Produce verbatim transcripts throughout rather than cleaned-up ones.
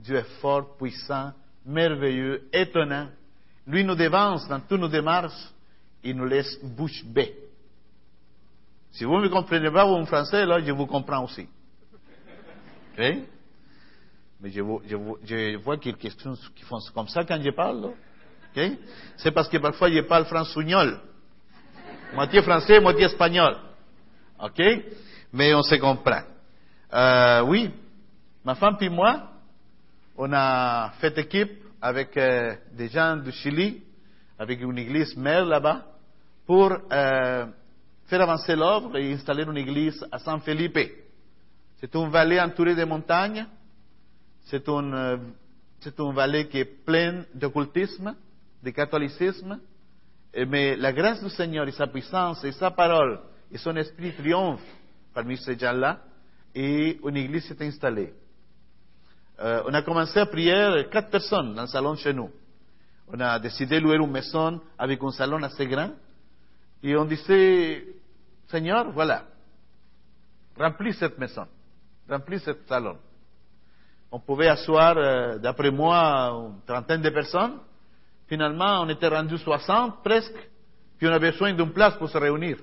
Dieu est fort, puissant, merveilleux, étonnant. Lui nous devance dans toutes nos démarches. Il nous laisse bouche bée. Si vous ne me comprenez pas, vous, en français, là, je vous comprends aussi. Okay? Mais je, vous, je, vous, je vois qu'il y a des questions qui font comme ça quand je parle. Là. Okay? C'est parce que parfois je parle françougnol. Moitié français, moitié espagnol. OK? Mais on se comprend. Euh, oui, ma femme et moi, on a fait équipe avec euh, des gens du Chili, avec une église mère là-bas, pour euh, faire avancer l'œuvre et installer une église à San Felipe. C'est une vallée entourée de montagnes. C'est une, euh, c'est une vallée qui est pleine d'occultisme, de catholicisme. Et, mais la grâce du Seigneur et sa puissance et sa parole et son esprit triomphent parmi ces gens-là. Et une église s'est installée. Euh, on a commencé à prier quatre personnes dans le salon chez nous. On a décidé de louer une maison avec un salon assez grand. Et on disait, Seigneur, voilà, remplis cette maison, remplis ce salon. On pouvait asseoir, euh, d'après moi, une trentaine de personnes. Finalement, on était rendu soixante presque, puis on avait besoin d'une place pour se réunir.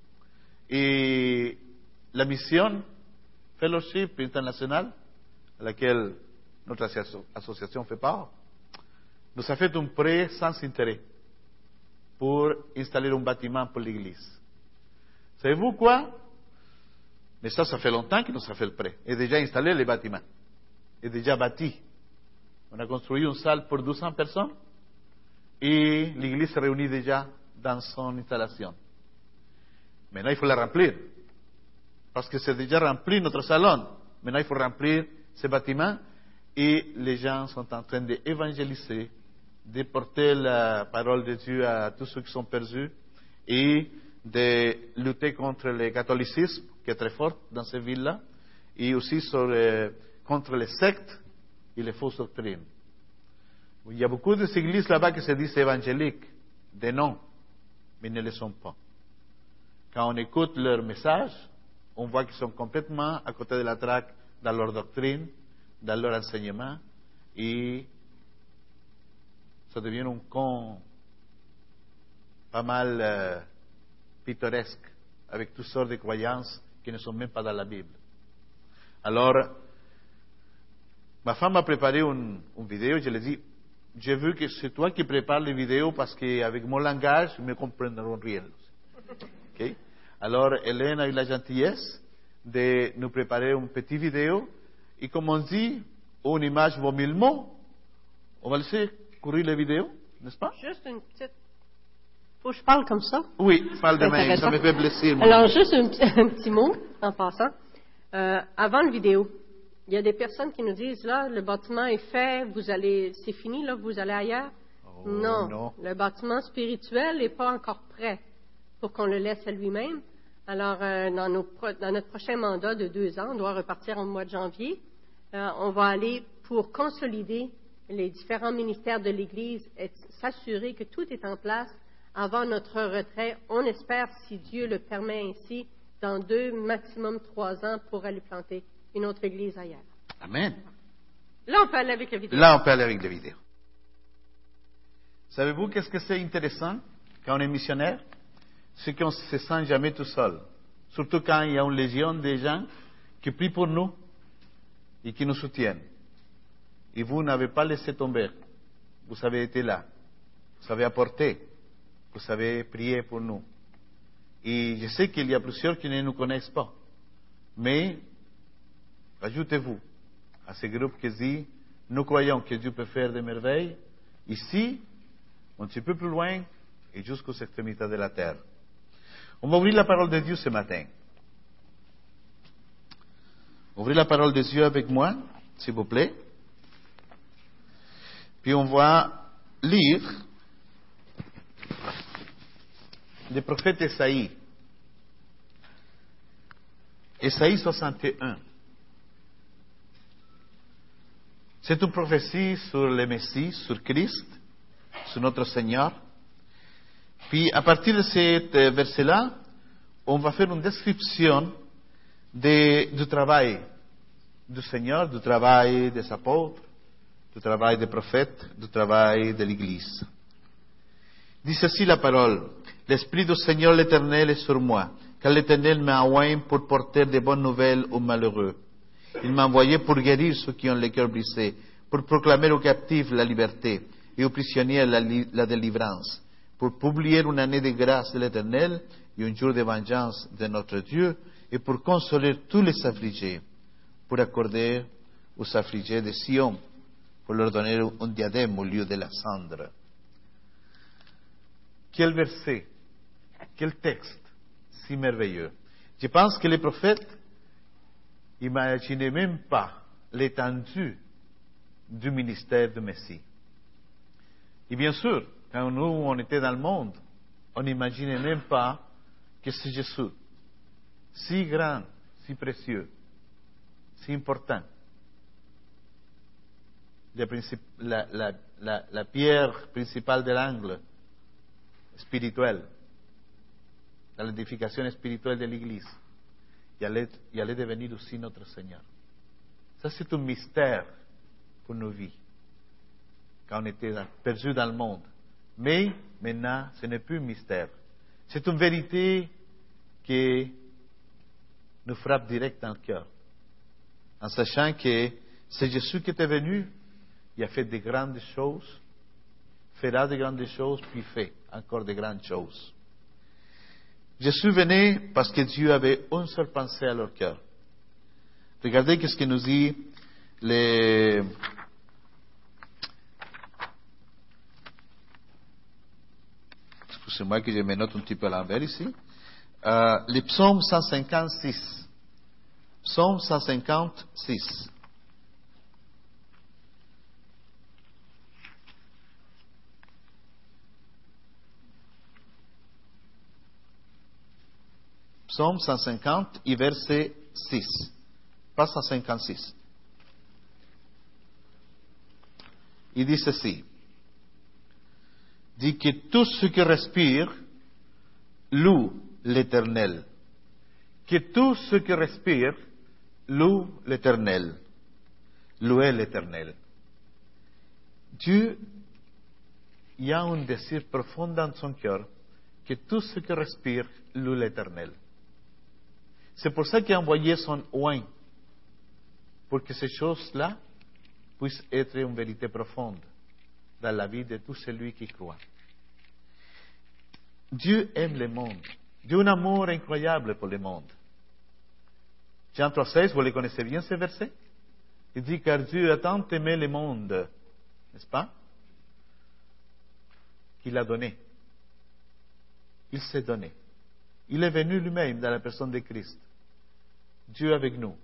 Et la mission Fellowship International, à laquelle notre association fait part, nous a fait un prêt sans intérêt pour installer un bâtiment pour l'église. Savez-vous quoi? Mais ça, ça fait longtemps qu'il nous a fait le prêt. Et déjà installé les bâtiments. Et déjà bâti. On a construit une salle pour deux cents personnes. Et l'église se réunit déjà dans son installation. Maintenant, il faut la remplir. Parce que c'est déjà rempli notre salon. Maintenant, il faut remplir ce bâtiment. Et les gens sont en train d'évangéliser, de porter la parole de Dieu à tous ceux qui sont perdus et de lutter contre le catholicisme, qui est très fort dans ces villes-là, et aussi sur, euh, contre les sectes et les fausses doctrines. Il y a beaucoup d'églises là-bas qui se disent évangéliques, des noms, mais ne le sont pas. Quand on écoute leur message, on voit qu'ils sont complètement à côté de la traque dans leur doctrine, dans leur enseignement, et ça devient un con pas mal euh, pittoresque, avec toutes sortes de croyances qui ne sont même pas dans la Bible. Alors, ma femme m'a préparé une, une vidéo, je lui ai dit, j'ai vu que c'est toi qui prépares les vidéos parce qu'avec mon langage, ils ne me comprendront rien. Okay? Alors, Hélène a eu la gentillesse de nous préparer une petite vidéo, et comme on dit, une image vaut mille mots. On va laisser courir la vidéo, n'est-ce pas? Juste une petite... Faut que je parle comme ça? Oui, parle de même, ça me fait plaisir. Moi. Alors, juste un, un petit mot, en passant. Euh, avant la vidéo, il y a des personnes qui nous disent, là, le bâtiment est fait, vous allez, c'est fini, là, vous allez ailleurs. Oh, non, non, le bâtiment spirituel n'est pas encore prêt pour qu'on le laisse à lui-même. Alors, euh, dans, nos pro- dans notre prochain mandat de deux ans, on doit repartir au mois de janvier, euh, on va aller pour consolider les différents ministères de l'Église et s'assurer que tout est en place avant notre retrait. On espère, si Dieu le permet ainsi, dans deux, maximum trois ans, pour aller planter une autre Église ailleurs. Amen. Là, on peut aller avec la vidéo. Là, on peut aller avec la vidéo. Savez-vous qu'est-ce que c'est intéressant quand on est missionnaire? C'est qu'on ne se sent jamais tout seul. Surtout quand il y a une légion de gens qui prient pour nous et qui nous soutiennent. Et vous n'avez pas laissé tomber. Vous avez été là. Vous avez apporté. Vous avez prié pour nous. Et je sais qu'il y a plusieurs qui ne nous connaissent pas. Mais, ajoutez-vous à ce groupe qui dit, nous croyons que Dieu peut faire des merveilles, ici, un petit peu plus loin, et jusqu'aux extrémités de la terre. On va ouvrir la parole de Dieu ce matin. Ouvrez la parole de Dieu avec moi, s'il vous plaît. Puis on va lire le prophète Esaïe. Esaïe soixante et un. C'est une prophétie sur le Messie, sur Christ, sur notre Seigneur. Puis à partir de ce verset-là, on va faire une description de, du travail du Seigneur, du travail des apôtres, du travail des prophètes, du travail de l'Église. Dit ceci la parole: l'Esprit du Seigneur l'Éternel est sur moi, car l'Éternel m'a envoyé pour porter de bonnes nouvelles aux malheureux. Il m'a envoyé pour guérir ceux qui ont le cœur brisé, pour proclamer aux captifs la liberté et aux prisonniers la, la délivrance, pour publier une année de grâce de l'Éternel et un jour de vengeance de notre Dieu, et pour consoler tous les affligés, pour accorder aux affligés de Sion, pour leur donner un diadème au lieu de la cendre. Quel verset, quel texte si merveilleux. Je pense que les prophètes n'imaginaient même pas l'étendue du ministère du Messie. Et bien sûr, quand nous, on était dans le monde, on n'imaginait même pas que c'est Jésus, si grand, si précieux, si important, la, la, la, la pierre principale de l'angle spirituel, dans l'édification spirituelle de l'Église, il allait, il allait devenir aussi notre Seigneur. Ça, c'est un mystère pour nos vies, quand on était dans, perdu dans le monde. Mais maintenant, ce n'est plus un mystère. C'est une vérité qui nous frappe direct dans le cœur, en sachant que c'est Jésus qui était venu, il a fait de grandes choses, fera de grandes choses, puis fait encore de grandes choses. Jésus venait parce que Dieu avait une seule pensée à leur cœur. Regardez ce que nous dit les... Excusez-moi que je me note un petit peu à l'envers ici. Euh, les psaumes cent cinquante-six. Psaume cent cinquante-six. Psaume cent cinquante et verset six. Pas cent cinquante-six. Il dit ceci. Il dit que tout ce qui respire loue l'Éternel. Que tout ce qui respire loue l'Éternel. Louez l'Éternel. Dieu, il y a un désir profond dans son cœur que tout ce qui respire loue l'Éternel. C'est pour ça qu'il a envoyé son oint, pour que ces choses-là puissent être une vérité profonde dans la vie de tout celui qui croit. Dieu aime le monde. Dieu a un amour incroyable pour le monde. Jean trois seize, vous les connaissez bien ces versets? Il dit, car Dieu a tant aimé le monde, n'est-ce pas? Qu'il a donné. Il s'est donné. Il est venu lui-même dans la personne de Christ. Dieu avec nous.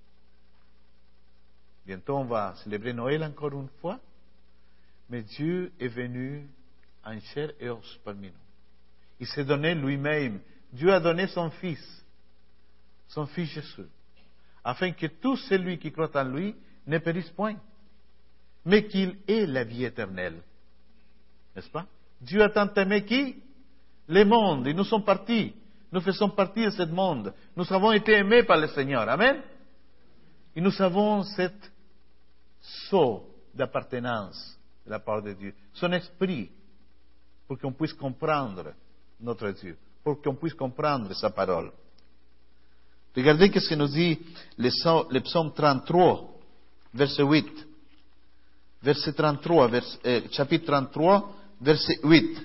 Bientôt on va célébrer Noël encore une fois, mais Dieu est venu en chair et os parmi nous. Il s'est donné lui-même. Dieu a donné son Fils, son Fils Jésus, afin que tout celui qui croit en lui ne périsse point, mais qu'il ait la vie éternelle. N'est-ce pas? Dieu a tant aimé qui? Le monde. Et nous sommes partis. Nous faisons partie de ce monde. Nous avons été aimés par le Seigneur. Amen. Et nous avons cette sceau d'appartenance de la part de Dieu. Son esprit, pour qu'on puisse comprendre notre Dieu, pour qu'on puisse comprendre sa parole. Regardez ce que nous dit le psaume trente-trois, verset huit. Verset trente-trois, vers, euh, chapitre trente-trois, verset huit.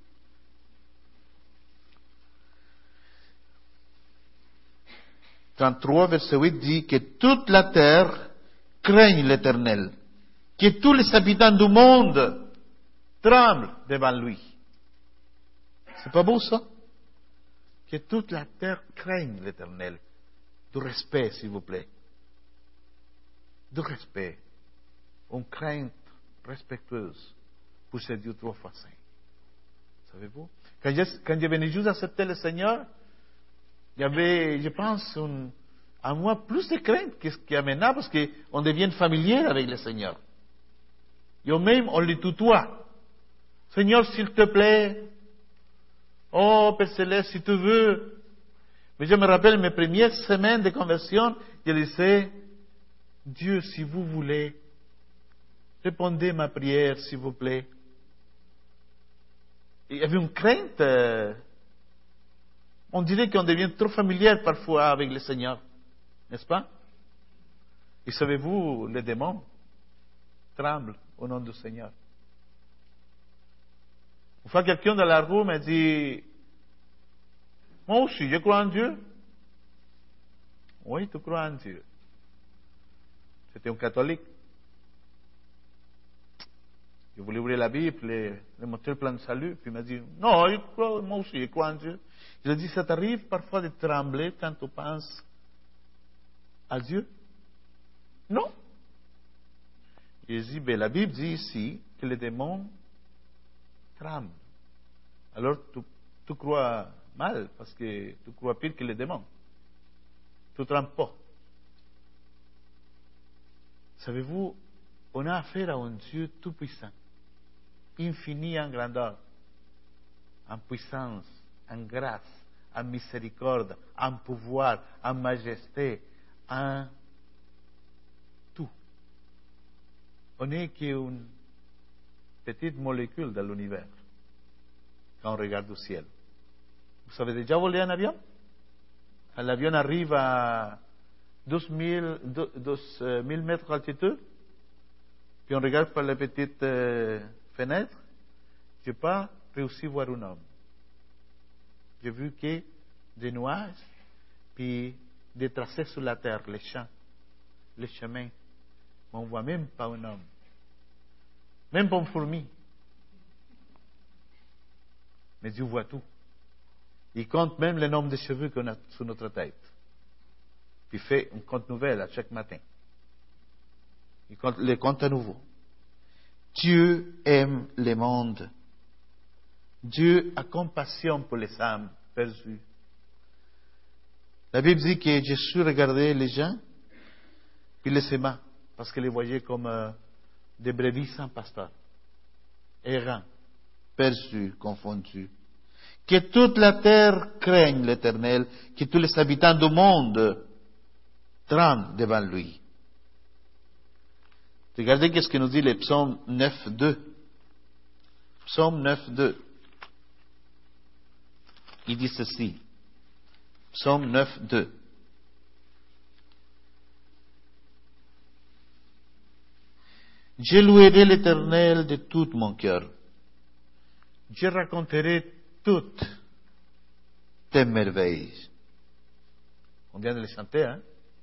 trente-trois, verset huit dit que toute la terre craigne l'Éternel, que tous les habitants du monde tremblent devant lui. C'est pas beau ça? Que toute la terre craigne l'Éternel. Du respect, s'il vous plaît. Du respect. Une crainte respectueuse pour ce Dieu trois fois saint. Savez-vous? Quand je, quand je venais juste accepter le Seigneur, il y avait, je pense, un, à moi plus de crainte que ce qui amena parce qu'on devient familier avec le Seigneur. Et même, on le tutoie. Seigneur, s'il te plaît. Oh, Père Céleste, si tu veux. Mais je me rappelle mes premières semaines de conversion, je disais, Dieu, si vous voulez, répondez ma prière, s'il vous plaît. Il y avait une crainte. Euh, on dirait qu'on devient trop familier parfois avec le Seigneur, n'est-ce pas? Et savez-vous, les démons tremblent au nom du Seigneur. Une fois, quelqu'un dans la rue m'a dit, moi aussi, je crois en Dieu. Oui, tu crois en Dieu. C'était un catholique. Je voulais ouvrir la Bible, le, le montrer le plan de salut, puis il m'a dit, non, je crois, moi aussi, je crois en Dieu. Je lui ai dit, ça t'arrive parfois de trembler quand tu penses à Dieu? Non. Il dit, ben, la Bible dit ici que les démons tremblent. Alors, tu, tu crois mal, parce que tu crois pire que les démons. Tu ne trembles pas. Savez-vous, on a affaire à un Dieu tout-puissant, infini en grandeur, en puissance, en grâce, en miséricorde, en pouvoir, en majesté, en tout. On n'est qu'une petite molécule de l'univers quand on regarde au ciel. Vous avez déjà volé en avion? L'avion arrive à douze mille mètres d'altitude, puis on regarde par la petite euh, fenêtre. Je n'ai pas réussi à voir un homme. J'ai vu que des nuages, puis des tracés sur la terre, les champs, les chemins. Mais on ne voit même pas un homme. Même pas une fourmi. Mais Dieu voit tout. Il compte même le nombre de cheveux qu'on a sur notre tête. Puis il fait un compte nouvelle à chaque matin. Il compte, le compte à nouveau. Dieu aime le monde. Dieu a compassion pour les âmes perdues. La Bible dit que Jésus regardait les gens, puis les aimait, parce qu'il les voyait comme euh, des brebis sans pasteur, errants, perdus, confondus. Que toute la terre craigne l'Éternel, que tous les habitants du monde tremblent devant lui. Regardez qu'est-ce que nous dit le psaume neuf deux. Psaume neuf deux. Il dit ceci. Psaume neuf deux. Je louerai l'Éternel de tout mon cœur. Je raconterai toutes tes merveilles. On vient de les chanter, hein?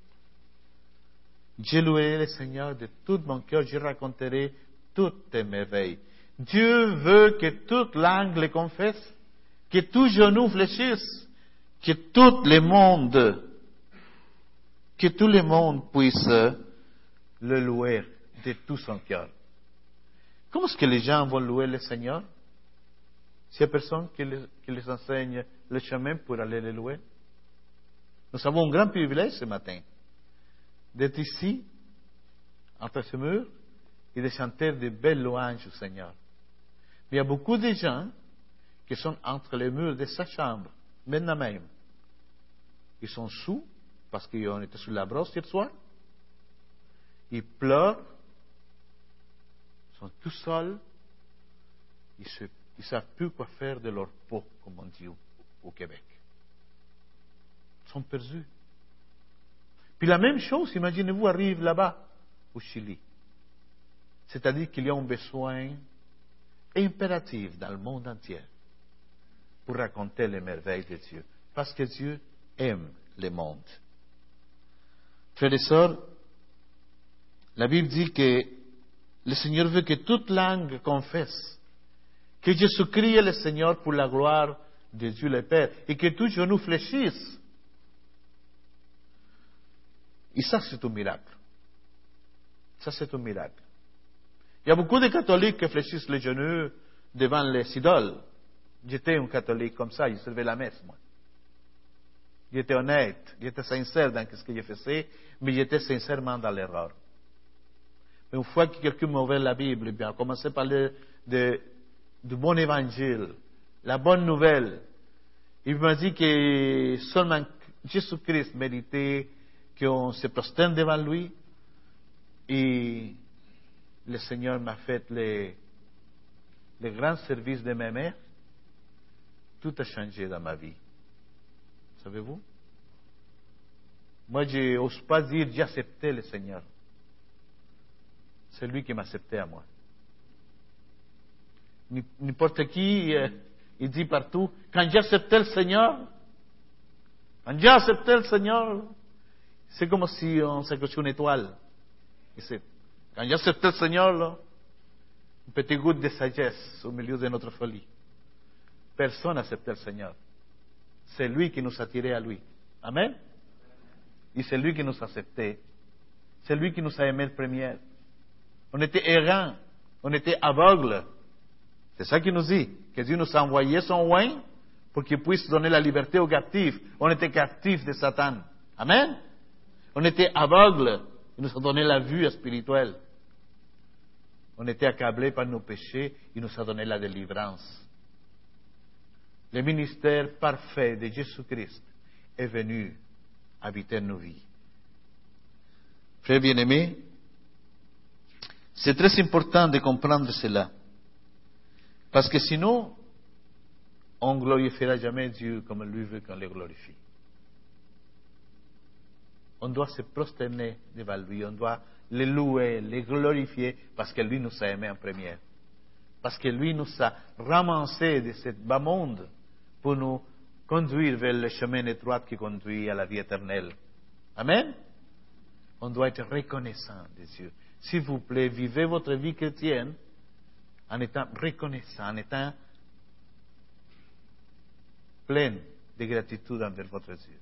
Je louerai le Seigneur de tout mon cœur, je raconterai toutes tes merveilles. Dieu veut que toute langue le confesse, que tout genou fléchisse, que tout le monde, que tout le monde puisse le louer de tout son cœur. Comment est-ce que les gens vont louer le Seigneur? S'il n'y a personne qui les, qui les enseigne le chemin pour aller le louer. Nous avons un grand privilège ce matin d'être ici, entre ces murs, et de chanter de belles louanges au Seigneur. Mais il y a beaucoup de gens qui sont entre les murs de sa chambre, maintenant même. Ils sont sous, parce qu'ils ont été sur la brosse hier soir. Ils pleurent, ils sont tout seuls, ils se Ils ne savent plus quoi faire de leur peau, comme on dit au, au Québec. Ils sont perdus. Puis la même chose, imaginez-vous, arrive là-bas, au Chili. C'est-à-dire qu'il y a un besoin impératif dans le monde entier pour raconter les merveilles de Dieu. Parce que Dieu aime le monde. Frères et sœurs, la Bible dit que le Seigneur veut que toute langue confesse que Jésus-Christ est le Seigneur pour la gloire de Dieu le Père, et que tout genou fléchisse. Et ça, c'est un miracle. Ça, c'est un miracle. Il y a beaucoup de catholiques qui fléchissent les genoux devant les idoles. J'étais un catholique comme ça, je servais la messe, moi. J'étais honnête, j'étais sincère dans ce que je faisais, mais j'étais sincèrement dans l'erreur. Mais une fois que quelqu'un m'a ouvert la Bible, eh bien, on commençait à parler de du bon évangile, la bonne nouvelle. Il m'a dit que seulement Jésus-Christ méritait qu'on se prosterne devant lui et le Seigneur m'a fait les, les grands services de ma mère, tout a changé dans ma vie. Savez-vous? Moi, je n'ose pas dire j'ai accepté le Seigneur. C'est lui qui m'a accepté à moi. N'importe qui, euh, il dit partout, quand j'ai accepté le Seigneur, quand j'ai accepté le Seigneur, c'est comme si on s'accrochait une étoile. Et quand j'ai accepté le Seigneur, là, une petite goutte de sagesse au milieu de notre folie. Personne n'a accepté le Seigneur. C'est lui qui nous a tirés à lui. Amen. Et c'est lui qui nous a acceptés. C'est lui qui nous a aimés le premier. On était errants. On était aveugles. C'est ça qu'il nous dit. Que Dieu nous a envoyé son oint pour qu'il puisse donner la liberté aux captifs. On était captifs de Satan. Amen. On était aveugles. Il nous a donné la vue spirituelle. On était accablés par nos péchés. Il nous a donné la délivrance. Le ministère parfait de Jésus-Christ est venu habiter nos vies. Frères bien-aimés, c'est très important de comprendre cela. Parce que sinon, on ne glorifiera jamais Dieu comme lui veut qu'on le glorifie. On doit se prosterner devant lui, on doit le louer, le glorifier, parce que lui nous a aimés en premier. Parce que lui nous a ramassés de ce bas monde pour nous conduire vers le chemin étroit qui conduit à la vie éternelle. Amen. On doit être reconnaissant de Dieu. S'il vous plaît, vivez votre vie chrétienne en étant reconnaissant, en étant plein de gratitude envers votre Dieu.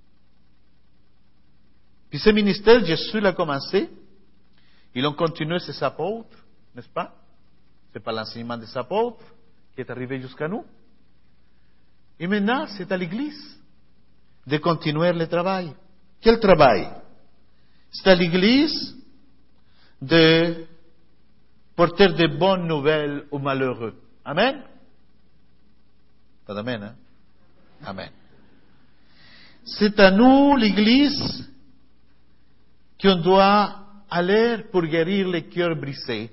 Puis ce ministère, Jésus l'a commencé. Ils ont continué ses apôtres, n'est-ce pas? C'est par l'enseignement des apôtres qui est arrivé jusqu'à nous. Et maintenant, c'est à l'Église de continuer le travail. Quel travail? C'est à l'Église de porter de bonnes nouvelles aux malheureux. Amen? Pas d'amen, hein? Amen. C'est à nous, l'Église, qu'on doit aller pour guérir les cœurs brisés.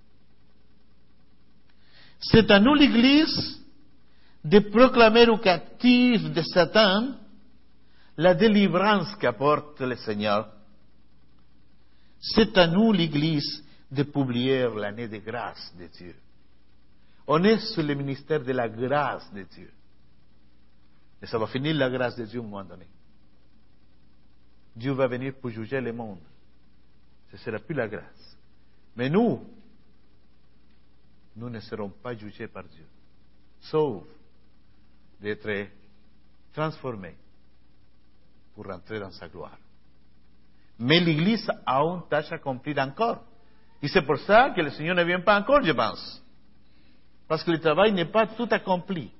C'est à nous, l'Église, de proclamer aux captifs de Satan la délivrance qu'apporte le Seigneur. C'est à nous, l'Église, de publier l'année de grâce de Dieu. On est sur le ministère de la grâce de Dieu. Et ça va finir la grâce de Dieu à un moment donné. Dieu va venir pour juger le monde. Ce ne sera plus la grâce. Mais nous, nous ne serons pas jugés par Dieu. Sauf d'être transformés pour rentrer dans sa gloire. Mais l'Église a une tâche accomplie encore. Et c'est pour ça que le Seigneur ne vient pas encore, je pense. Parce que le travail n'est pas tout accompli.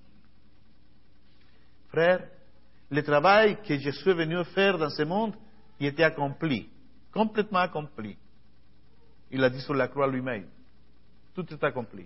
Frère, le travail que Jésus est venu faire dans ce monde, il était accompli. Complètement accompli. Il a dit sur la croix lui-même. Tout est accompli.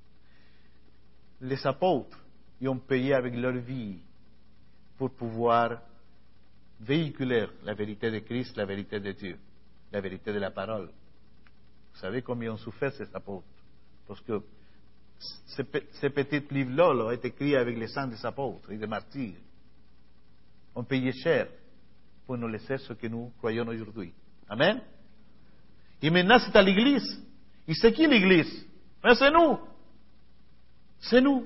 Les apôtres, ils ont payé avec leur vie pour pouvoir véhiculer la vérité de Christ, la vérité de Dieu, la vérité de la parole. Vous savez combien ont souffert ces apôtres? Parce que ces, ces petits livres-là là, ont été écrits avec les sang des apôtres et des martyrs. On payait cher pour nous laisser ce que nous croyons aujourd'hui. Amen? Et maintenant, c'est à l'Église. Et c'est qui l'Église? Mais c'est nous. C'est nous.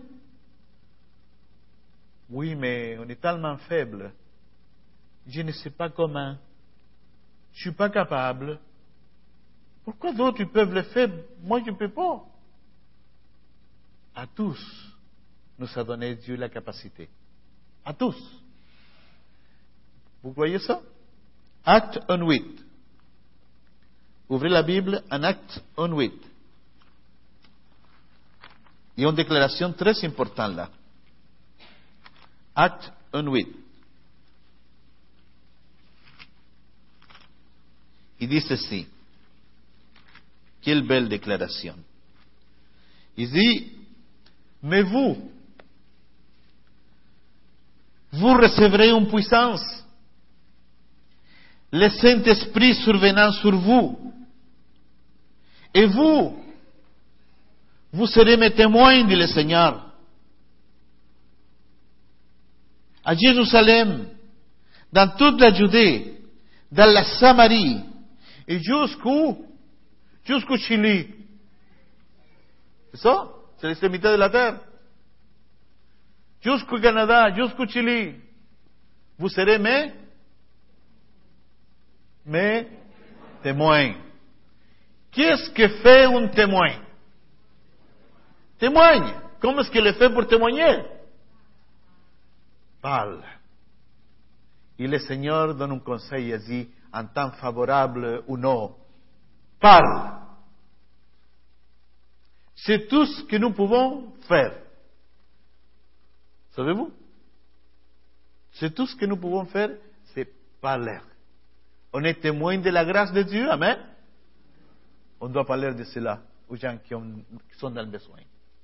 Oui, mais on est tellement faible. Je ne sais pas comment. Je ne suis pas capable. Pourquoi d'autres ils peuvent le faire? Moi, je ne peux pas. À tous, nous a donné Dieu la capacité. À tous. Vous voyez ça? Acte un huit. Ouvrez la Bible en Acte un huit. Il y a une déclaration très importante là. Acte un huit. Il dit ceci. Quelle belle déclaration. Il dit, mais vous, vous recevrez une puissance, le Saint-Esprit survenant sur vous, Et vous, vous serez mes témoins, dit le Seigneur. À Jérusalem, dans toute la Judée, dans la Samarie, et jusqu'où? Jusqu'au Chili. C'est ça? C'est l'extrémité de la terre. Jusqu'au Canada, jusqu'au Chili. Vous serez mes, mes témoins. Qu'est-ce que fait un témoin? Témoigne. Comment est-ce qu'il le fait pour témoigner? Parle. Et le Seigneur donne un conseil ici, en temps favorable ou non. Parle. C'est tout ce que nous pouvons faire. Savez-vous? C'est tout ce que nous pouvons faire, c'est parler. On est témoin de la grâce de Dieu, amen. On doit parler de cela aux gens qui, ont, qui sont dans le besoin.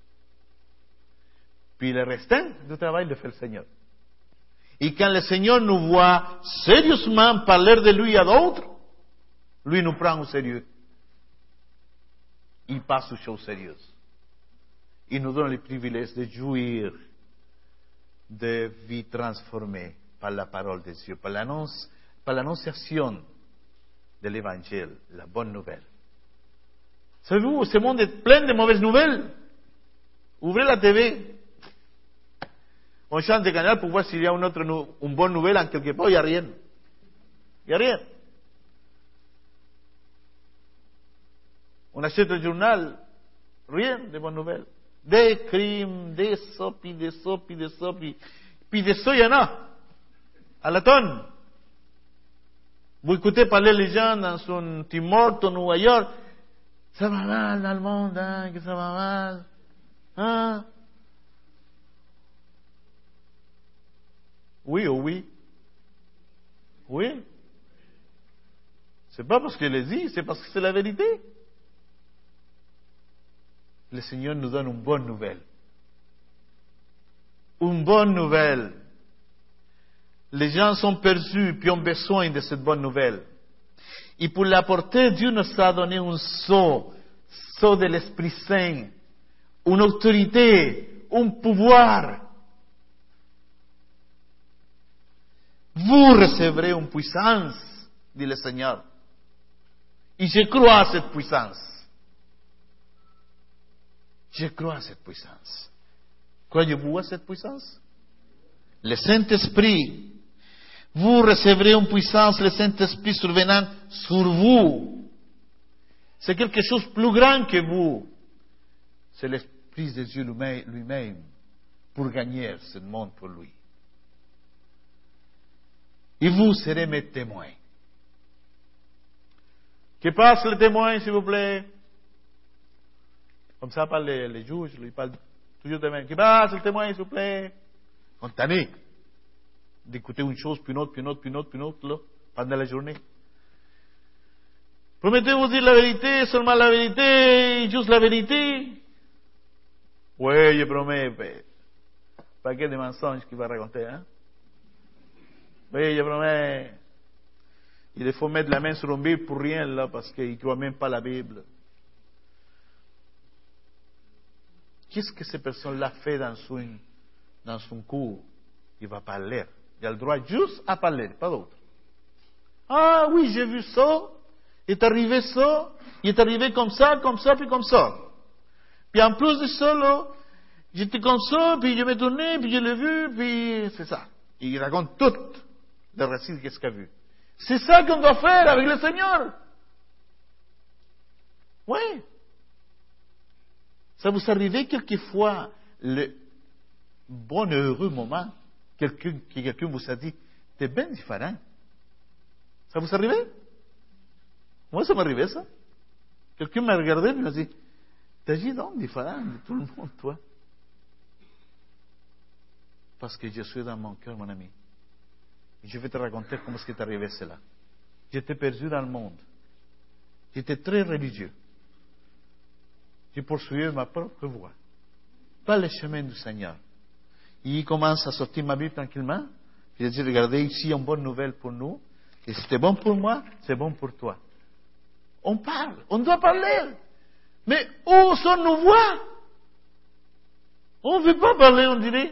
Puis le restant du travail le fait le Seigneur. Et quand le Seigneur nous voit sérieusement parler de lui à d'autres, lui nous prend au sérieux. Il passe aux choses sérieuses. Il nous donne le privilège de jouir de vie transformée par la parole de Dieu, par l'annonce, par l'annonciation de l'Évangile, la bonne nouvelle. Savez-vous, ce monde est plein de mauvaises nouvelles. Ouvrez la T V. On change de canal pour voir s'il y a une autre une bonne nouvelle en quelque part. Il n'y a rien. Il n'y a rien. On achète le journal, rien de bonnes nouvelles. Des crimes, des ça, puis des ça, puis des ça, puis, puis des ça, il y en a. À la tonne. Vous écoutez parler les gens dans un Tim Hortons ou ailleurs. Ça va mal dans le monde, hein, que ça va mal. Hein? Oui ou oui? Oui. C'est pas parce qu'elle le dit, c'est parce que c'est la vérité. Le Seigneur nous donne une bonne nouvelle. Une bonne nouvelle. Les gens sont perdus puis ont besoin de cette bonne nouvelle. Et pour l'apporter, Dieu nous a donné un sceau, sceau de l'Esprit Saint, une autorité, un pouvoir. Vous recevrez une puissance, dit le Seigneur. Et je crois à cette puissance. Je crois à cette puissance. Croyez-vous à cette puissance? Le Saint-Esprit. Vous recevrez une puissance, le Saint-Esprit survenant sur vous. C'est quelque chose de plus grand que vous. C'est l'Esprit de Dieu lui-même pour gagner ce monde pour lui. Et vous serez mes témoins. Que passe le témoin, s'il vous plaît? Comme ça parlent les, les juges, ils parlent toujours de même. Que passe le témoin, s'il vous plaît? On est tanné d'écouter une chose, puis une autre, puis une autre, puis une autre, puis une autre, là, pendant la journée. Promettez-vous de dire la vérité, seulement la vérité, juste la vérité? Oui, je promets, mais paquet de mensonges qu'il va raconter, hein? Oui, je promets. Il faut mettre la main sur une Bible pour rien, là, parce qu'il ne croit même pas la Bible. Qu'est-ce que ces personnes-là font dans son, dans son cours? Il va parler. Il a le droit juste à parler, pas d'autre. Ah oui, j'ai vu ça. Il est arrivé ça. Il est arrivé comme ça, comme ça, puis comme ça. Puis en plus de ça, là, j'étais comme ça, puis je me tournais, puis je l'ai vu, puis c'est ça. Il raconte tout le récit de ce qu'il a vu. C'est ça qu'on doit faire avec le Seigneur. Oui. Ça vous arrive quelquefois le bon heureux moment, quelqu'un, que quelqu'un vous a dit, t'es bien différent. Ça vous arrive? Moi, ça m'arrivait, ça. Quelqu'un m'a regardé et m'a dit, t'agis donc différent de tout le monde, toi. Parce que je suis dans mon cœur, mon ami. Et je vais te raconter comment est-ce qu'est arrivé cela. J'étais perdu dans le monde. J'étais très religieux. J'ai poursuivi ma propre voie. Pas le chemin du Seigneur. Et il commence à sortir ma Bible tranquillement. Il a dit, regardez, ici, il y a une bonne nouvelle pour nous. Et c'était bon pour moi, c'est bon pour toi. On parle, on doit parler. Mais où sont nos voix? On ne veut pas parler, on dirait.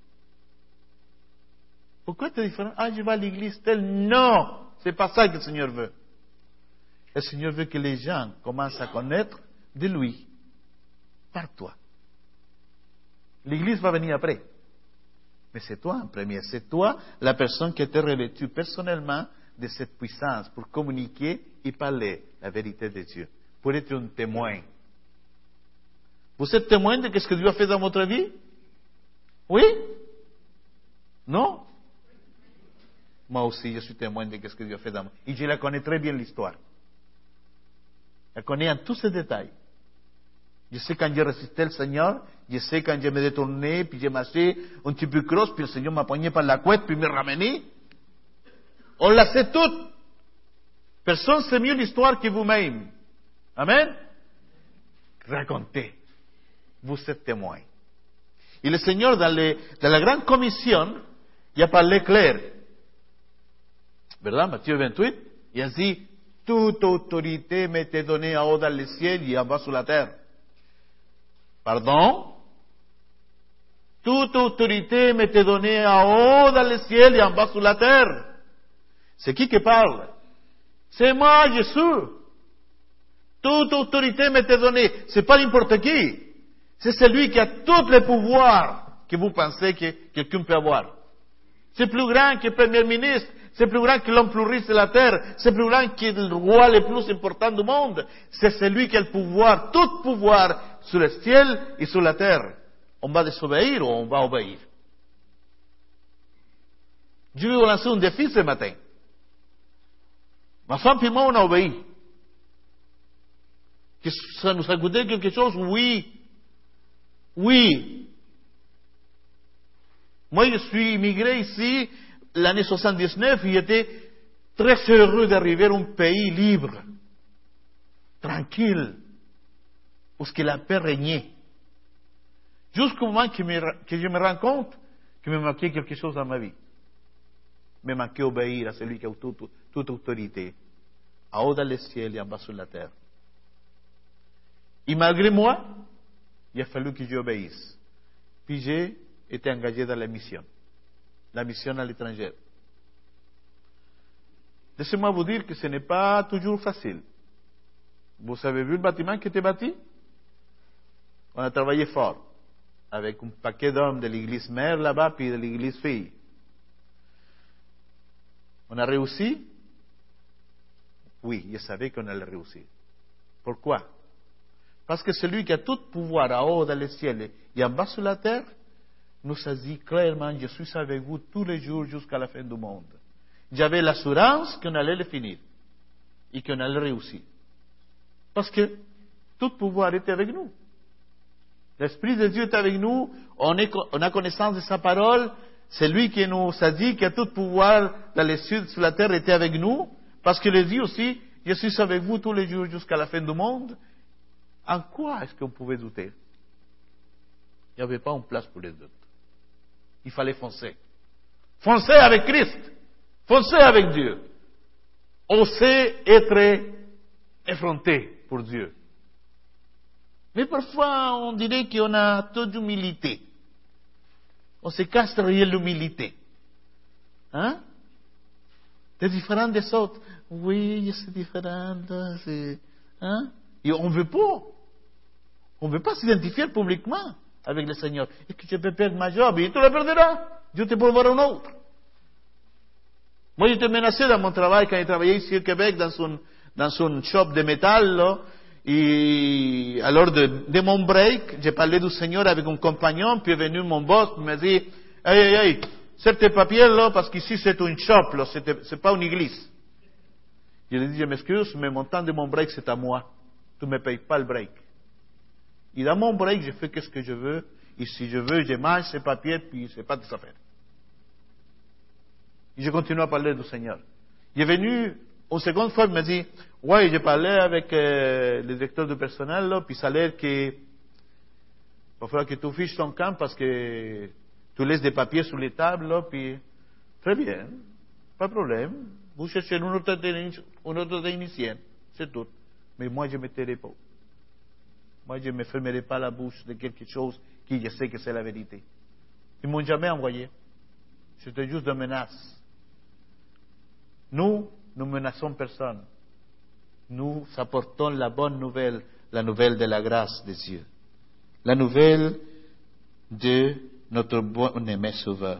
Pourquoi tu es différent? Ah, je vais à l'église telle. Non, c'est pas ça que le Seigneur veut. Le Seigneur veut que les gens commencent à connaître de lui, par toi. L'église va venir après. Mais c'est toi en premier. C'est toi la personne qui était revêtue personnellement de cette puissance pour communiquer et parler la vérité de Dieu. Pour être un témoin. Vous êtes témoin de ce que Dieu a fait dans votre vie? Oui? Non? Moi aussi, je suis témoin de ce que Dieu a fait dans ma vie. Et je la connais très bien l'histoire. Je la connais en tous ses détails. Je sais quand j'ai résisté le Seigneur, je sais quand je me détourné, puis j'ai marché un petit peu croche, puis le Seigneur m'a poigné par la couette, puis me ramené. On la sait toute. Personne ne sait mieux l'histoire que vous-même. Amen? Racontez. Vous êtes témoin. Et le Seigneur, dans, les, dans la grande commission, il a parlé clair. ¿Verdad? Matthieu vingt-huit, il a dit, toute autorité m'était donnée en haut dans le ciel et en bas sur la terre. Pardon? Toute autorité m'était donnée en haut dans le ciel et en bas sur la terre. C'est qui qui parle? C'est moi, Jésus. Toute autorité m'était donnée. C'est pas n'importe qui. C'est celui qui a tous les pouvoirs que vous pensez que quelqu'un peut avoir. C'est plus grand que le Premier ministre. C'est plus grand que l'homme plus riche de la terre. C'est plus grand que le roi le plus important du monde. C'est celui qui a le pouvoir, tout pouvoir, sur le ciel et sur la terre. On va désobéir ou on va obéir? Je vais vous lancer un défi ce matin. Ma femme et moi, on a obéi. Que ça nous a coûté quelque chose? Oui. Oui. Moi, je suis immigré ici l'année soixante-dix-neuf et j'étais très heureux d'arriver à un pays libre, tranquille, où ce que la paix régnait. Jusqu'au moment que, me, que je me rends compte qu'il me manquait quelque chose dans ma vie. Il me manquait obéir à celui qui a toute, toute autorité, en haut dans le ciel et en bas sur la terre. Et malgré moi, il a fallu que j'obéisse. Puis j'ai été engagé dans la mission. La mission à l'étranger. Laissez-moi vous dire que ce n'est pas toujours facile. Vous avez vu le bâtiment qui était bâti? On a travaillé fort. Avec un paquet d'hommes de l'église mère là-bas, puis de l'église fille. On a réussi? Oui, je savais qu'on allait réussir. Pourquoi? Parce que celui qui a tout pouvoir en haut dans le ciel et en bas sur la terre, nous a dit clairement, je suis avec vous tous les jours jusqu'à la fin du monde. J'avais l'assurance qu'on allait le finir et qu'on allait réussir. Parce que tout pouvoir était avec nous. L'Esprit de Dieu est avec nous, on, est, on a connaissance de sa parole, c'est lui qui nous a dit que tout pouvoir dans les cieux sur la terre était avec nous, parce qu'il a dit aussi, je suis avec vous tous les jours jusqu'à la fin du monde. En quoi est-ce qu'on pouvait douter? Il n'y avait pas une place pour les doutes. Il fallait foncer. Foncer avec Christ. Foncer avec Dieu. Oser être effronté pour Dieu. Mais parfois, on dirait qu'on a trop d'humilité. On se cache derrière l'humilité. Hein? T'es différent des autres. Oui, je suis différent. C'est... Hein? Et on ne veut pas. On ne veut pas s'identifier publiquement avec le Seigneur. Est-ce que je peux perdre ma job? Et tu la perdras. Dieu te pourvoira un autre. Moi, j'étais menacé dans mon travail quand j'ai travaillé ici au Québec dans son, dans son shop de métal. Là, et alors, de, de mon break, j'ai parlé du Seigneur avec un compagnon, puis est venu mon boss, il m'a dit, hey, hey, hey, serre tes papiers là, parce qu'ici c'est un shop, là, c'est, c'est pas une église. Je lui ai dit, je m'excuse, mais mon temps de mon break c'est à moi. Tu ne me payes pas le break. Et dans mon break, je fais ce que je veux. Et si je veux, je mange ces papiers, puis c'est pas des affaires. Et je continue à parler du Seigneur. Il est venu, une seconde fois, il m'a dit, ouais, j'ai parlé avec euh, le directeur du personnel, là, puis ça a l'air que, il va falloir que tu fiches ton camp parce que tu laisses des papiers sur les tables, là, puis, très bien, pas de problème. Vous cherchez une autre, une autre technicienne, c'est tout. Mais moi, je me tairai pas. Moi, je ne me fermerai pas la bouche de quelque chose qui je sais que c'est la vérité. Ils ne m'ont jamais envoyé. C'était juste des menaces. Nous, nous menaçons personne. Nous apportons la bonne nouvelle, la nouvelle de la grâce de Dieu. La nouvelle de notre bon-aimé Sauveur.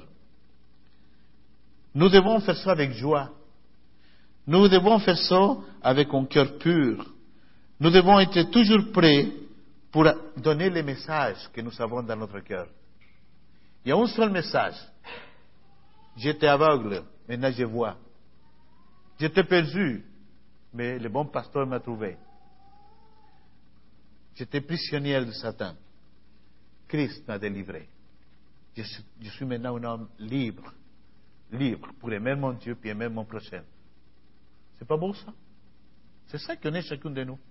Nous devons faire ça avec joie. Nous devons faire ça avec un cœur pur. Nous devons être toujours prêts pour donner les messages que nous avons dans notre cœur. Il y a un seul message. J'étais aveugle, maintenant je vois. J'étais perdu, mais le bon pasteur m'a trouvé. J'étais prisonnier de Satan. Christ m'a délivré. Je suis, je suis maintenant un homme libre. Libre pour aimer mon Dieu et aimer mon prochain. C'est pas beau ça? C'est ça qu'on est chacun de nous.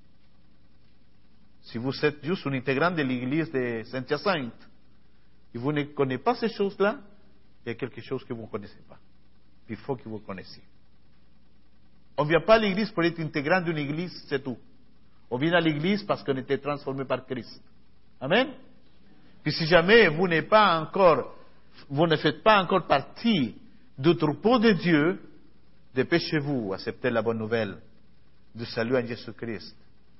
Si vous êtes juste un intégrant de l'église de Saint-Hyacinthe et vous ne connaissez pas ces choses-là, il y a quelque chose que vous ne connaissez pas. Il faut que vous connaissiez. On ne vient pas à l'église pour être intégrant d'une église, c'est tout. On vient à l'église parce qu'on était transformé par Christ. Amen? Puis si jamais vous n'êtes pas encore, vous ne faites pas encore partie du troupeau de Dieu, dépêchez-vous, acceptez la bonne nouvelle du salut en Jésus-Christ.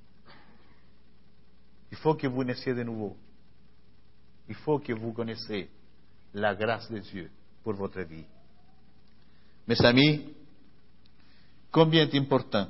Il faut que vous naissiez de nouveau. Il faut que vous connaissiez la grâce de Dieu pour votre vie. Mes amis, combien est important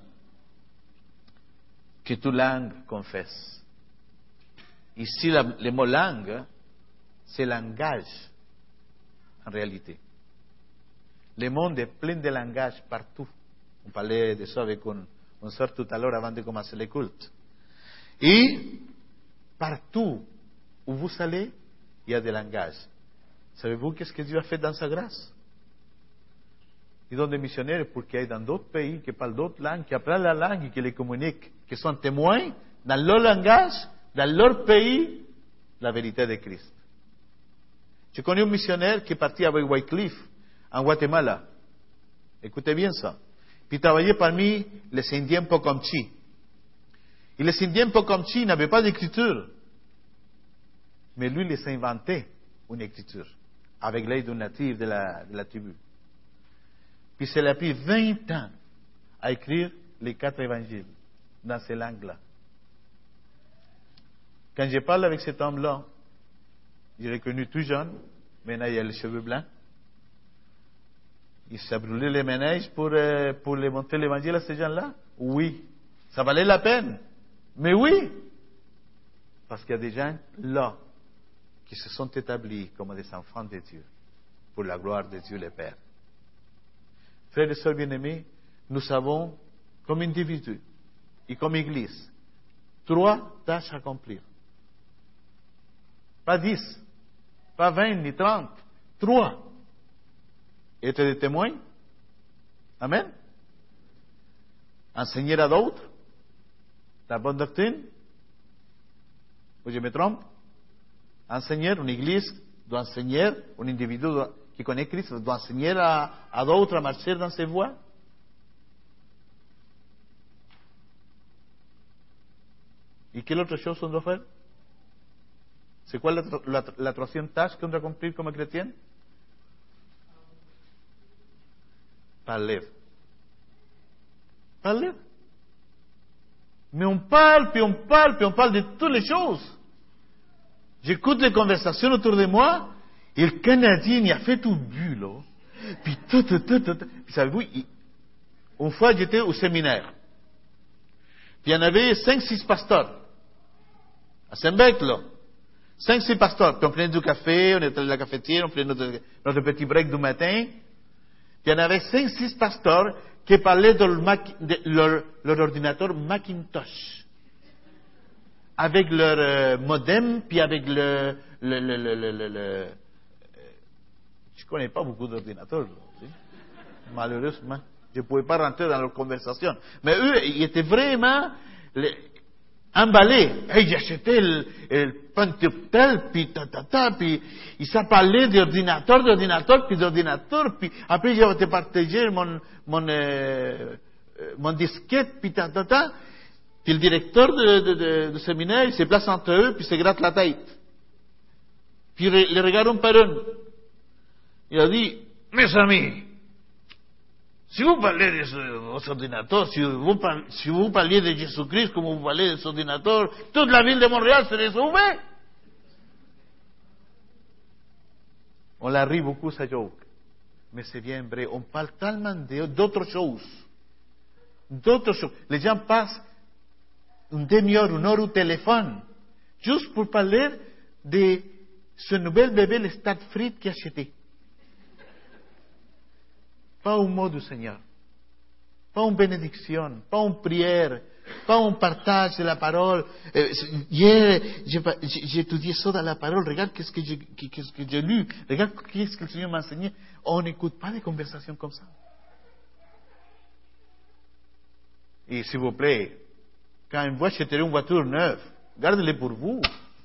que toute langue confesse. Ici, la, le mot langue, c'est langage, en réalité. Le monde est plein de langage partout. On parlait de ça avec une, une sœur tout à l'heure avant de commencer le culte. Et partout où vous allez, il y a des langages. Savez-vous qu'est-ce que Dieu a fait dans sa grâce? Il donne des missionnaires pour qu'ils aillent dans d'autres pays, qui parlent d'autres langues, qui apprennent la langue et qui les communiquent, qui sont témoins dans leur langage, dans leur pays, la vérité de Christ. Je connais un missionnaire qui est parti avec Wycliffe en Guatemala. Écoutez bien ça. Puis il travaillait parmi les Indiens Pocomchi. Et les Indiens Pocomchi n'avaient pas d'écriture. Mais lui, il les a inventé une écriture, avec l'aide d'un natif de la, de la tribu. Puis ça a pris vingt ans à écrire les quatre évangiles dans ces langues-là. Quand je parle avec cet homme-là, j'ai reconnu tout jeune, maintenant il a les cheveux blancs. Il s'est brûlé les ménages pour, euh, pour les montrer l'évangile à ces gens-là. Oui, ça valait la peine. Mais oui, parce qu'il y a des gens là qui se sont établis comme des enfants de Dieu, pour la gloire de Dieu le Père. Frères et sœurs bien-aimés, nous avons, comme individus et comme Église, trois tâches à accomplir. Pas dix, pas vingt, ni trente, trois. Être des témoins. Amen. Enseigner à d'autres la bonne doctrine. Ou je me trompe? Enseigner, une Église doit enseigner, un individu doit, qui connaît Christ doit enseigner à, à d'autres à marcher dans ses voies. Et quelle autre chose on doit faire? C'est quoi la, la, la troisième tâche qu'on doit accomplir comme chrétien? Parler. Parler. Mais on parle, puis on parle, puis on parle de toutes les choses. J'écoute les conversations autour de moi, et le Canadien, il a fait tout but, là. Puis tout, tout, tout, tout. Puis savez-vous, il... une fois, j'étais au séminaire. Puis il y en avait cinq, six pasteurs. À Saint-Bec, là. Cinq, six pasteurs. Puis on prenait du café, on était à la cafetière, on prenait notre, notre petit break du matin. Puis il y en avait cinq, six pasteurs qui parlaient de leur, de leur, leur ordinateur Macintosh. Avec leur euh, modem, puis avec le... le, le, le, le, le, le je ne connais pas beaucoup d'ordinateurs, tu sais. Malheureusement. Je ne pouvais pas rentrer dans leur conversation. Mais eux, ils étaient vraiment les, emballés. Hey, j'ai acheté le, le Pentium, puis ta, ta, ta, puis ils s'en parlaient d'ordinateur, d'ordinateur, puis d'ordinateur, puis après, je vais te partager mon, mon, euh, mon disquette, puis ta, ta, ta. Puis le directeur de, de, de, de séminaire, il se place entre eux, puis il se gratte la tête. Puis il les regarde un par un. Il a dit, mes amis, si vous parlez de vos ordinateurs, si vous, parlez, si vous parliez de Jésus-Christ comme vous parlez de vos ordinateurs, toute la ville de Montréal serait sauvée. On la rit beaucoup, sa joke. Mais c'est bien vrai. On parle tellement d'autres choses. D'autres choses. Les gens passent une demi-heure, une heure au téléphone, juste pour parler de ce nouvel bébé, le stade frites qu'il a acheté. Pas un mot du Seigneur. Pas une bénédiction. Pas une prière. Pas un partage de la parole. Euh, hier, j'ai étudié ça dans la parole. Regarde qu'est-ce que j'ai qu'est-ce que j'ai lu. Regarde qu'est-ce que le Seigneur m'a enseigné. On n'écoute pas des conversations comme ça. Et s'il vous plaît, quand vous achèterez une voiture neuve, gardez-les pour vous.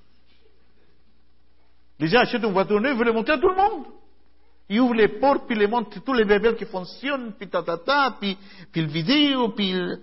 Les gens achètent une voiture neuve, ils veulent les montrer à tout le monde. Ils ouvrent les portes, puis ils les montrent tous les bébés qui fonctionnent, puis tatata, puis, puis le vidéo, puis le...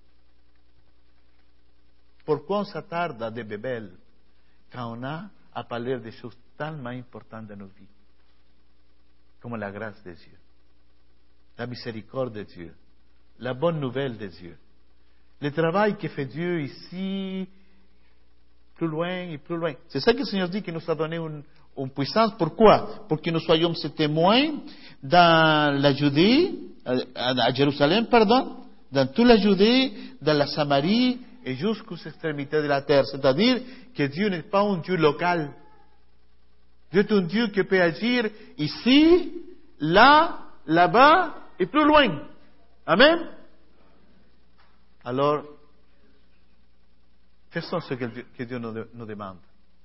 Pourquoi on s'attarde à des bébés quand on a à parler des choses tellement importantes dans nos vies, comme la grâce de Dieu, la miséricorde de Dieu, la bonne nouvelle de Dieu, le travail que fait Dieu ici, plus loin et plus loin. C'est ça que le Seigneur dit qu'il nous a donné une, une puissance. Pourquoi? Pour que nous soyons ses témoins dans la Judée, à, à Jérusalem, pardon, dans toute la Judée, dans la Samarie et jusqu'aux extrémités de la terre. C'est-à-dire que Dieu n'est pas un Dieu local. Dieu est un Dieu qui peut agir ici, là, là-bas et plus loin. Amen? Alors, faisons ce que Dieu, que Dieu nous, nous demande.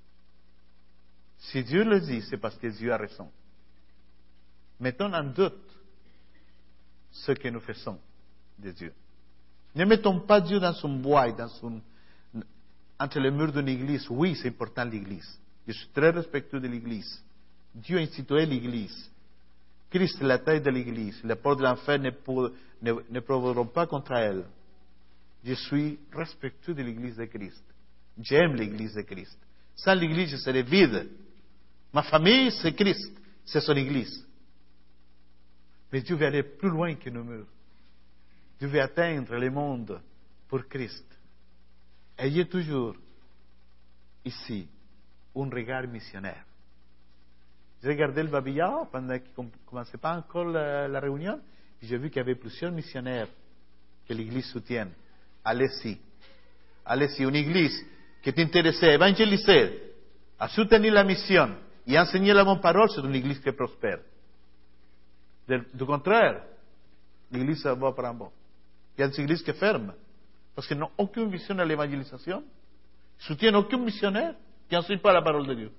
Si Dieu le dit, c'est parce que Dieu a raison. Mettons en doute ce que nous faisons de Dieu. Ne mettons pas Dieu dans son bois et dans son, entre les murs d'une église. Oui, c'est important l'église. Je suis très respectueux de l'église. Dieu a institué l'église. Christ est la taille de l'église. Les portes de l'enfer ne, ne, ne provoqueront pas contre elle. Je suis respectueux de l'église de Christ. J'aime l'église de Christ. Sans l'église, je serais vide. Ma famille, c'est Christ. C'est son église. Mais Dieu veut aller plus loin que nos murs. Dieu veut atteindre le monde pour Christ. Ayez toujours ici un regard missionnaire. J'ai regardé le babillard pendant qu'il ne commençait pas encore la, la réunion. J'ai vu qu'il y avait plusieurs missionnaires que l'Église soutienne. Allez-y. Allez-y. Une Église qui est intéressée à évangéliser, à soutenir la mission et à enseigner la bonne parole, c'est une Église qui prospère. Du contraire, l'Église va par en bon. Il y a des églises qui ferment parce qu'elles n'ont aucune vision à l'évangélisation, ne soutiennent aucun missionnaire qui n'enseigne pas la parole de Dieu.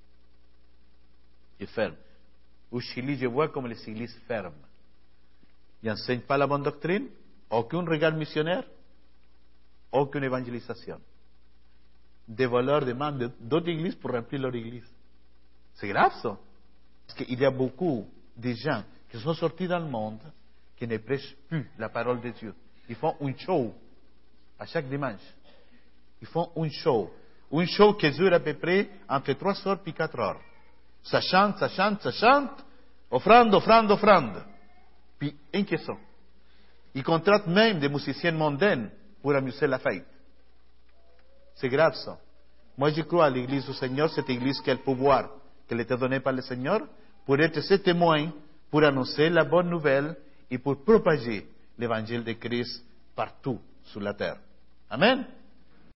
Ils ferment. Au Chili, je vois comme les églises ferment. Ils n'enseignent pas la bonne doctrine, aucun regard missionnaire, aucune évangélisation. Des voleurs demandent d'autres églises pour remplir leur église. C'est grave ça. Parce qu'il y a beaucoup de gens qui sont sortis dans le monde qui ne prêchent plus la parole de Dieu. Ils font un show à chaque dimanche. Ils font un show. Un show qui dure à peu près entre trois heures et quatre heures. Ça chante, ça chante, ça chante. Offrande, offrande, offrande. Puis, un question. Ils contratent même des musiciens mondains pour amuser la fête. C'est grave ça. Moi, je crois à l'église du Seigneur, cette église qui a le pouvoir qu'elle était donnée par le Seigneur pour être ses témoins, pour annoncer la bonne nouvelle et pour propager l'évangile de Christ partout sur la terre. Amen.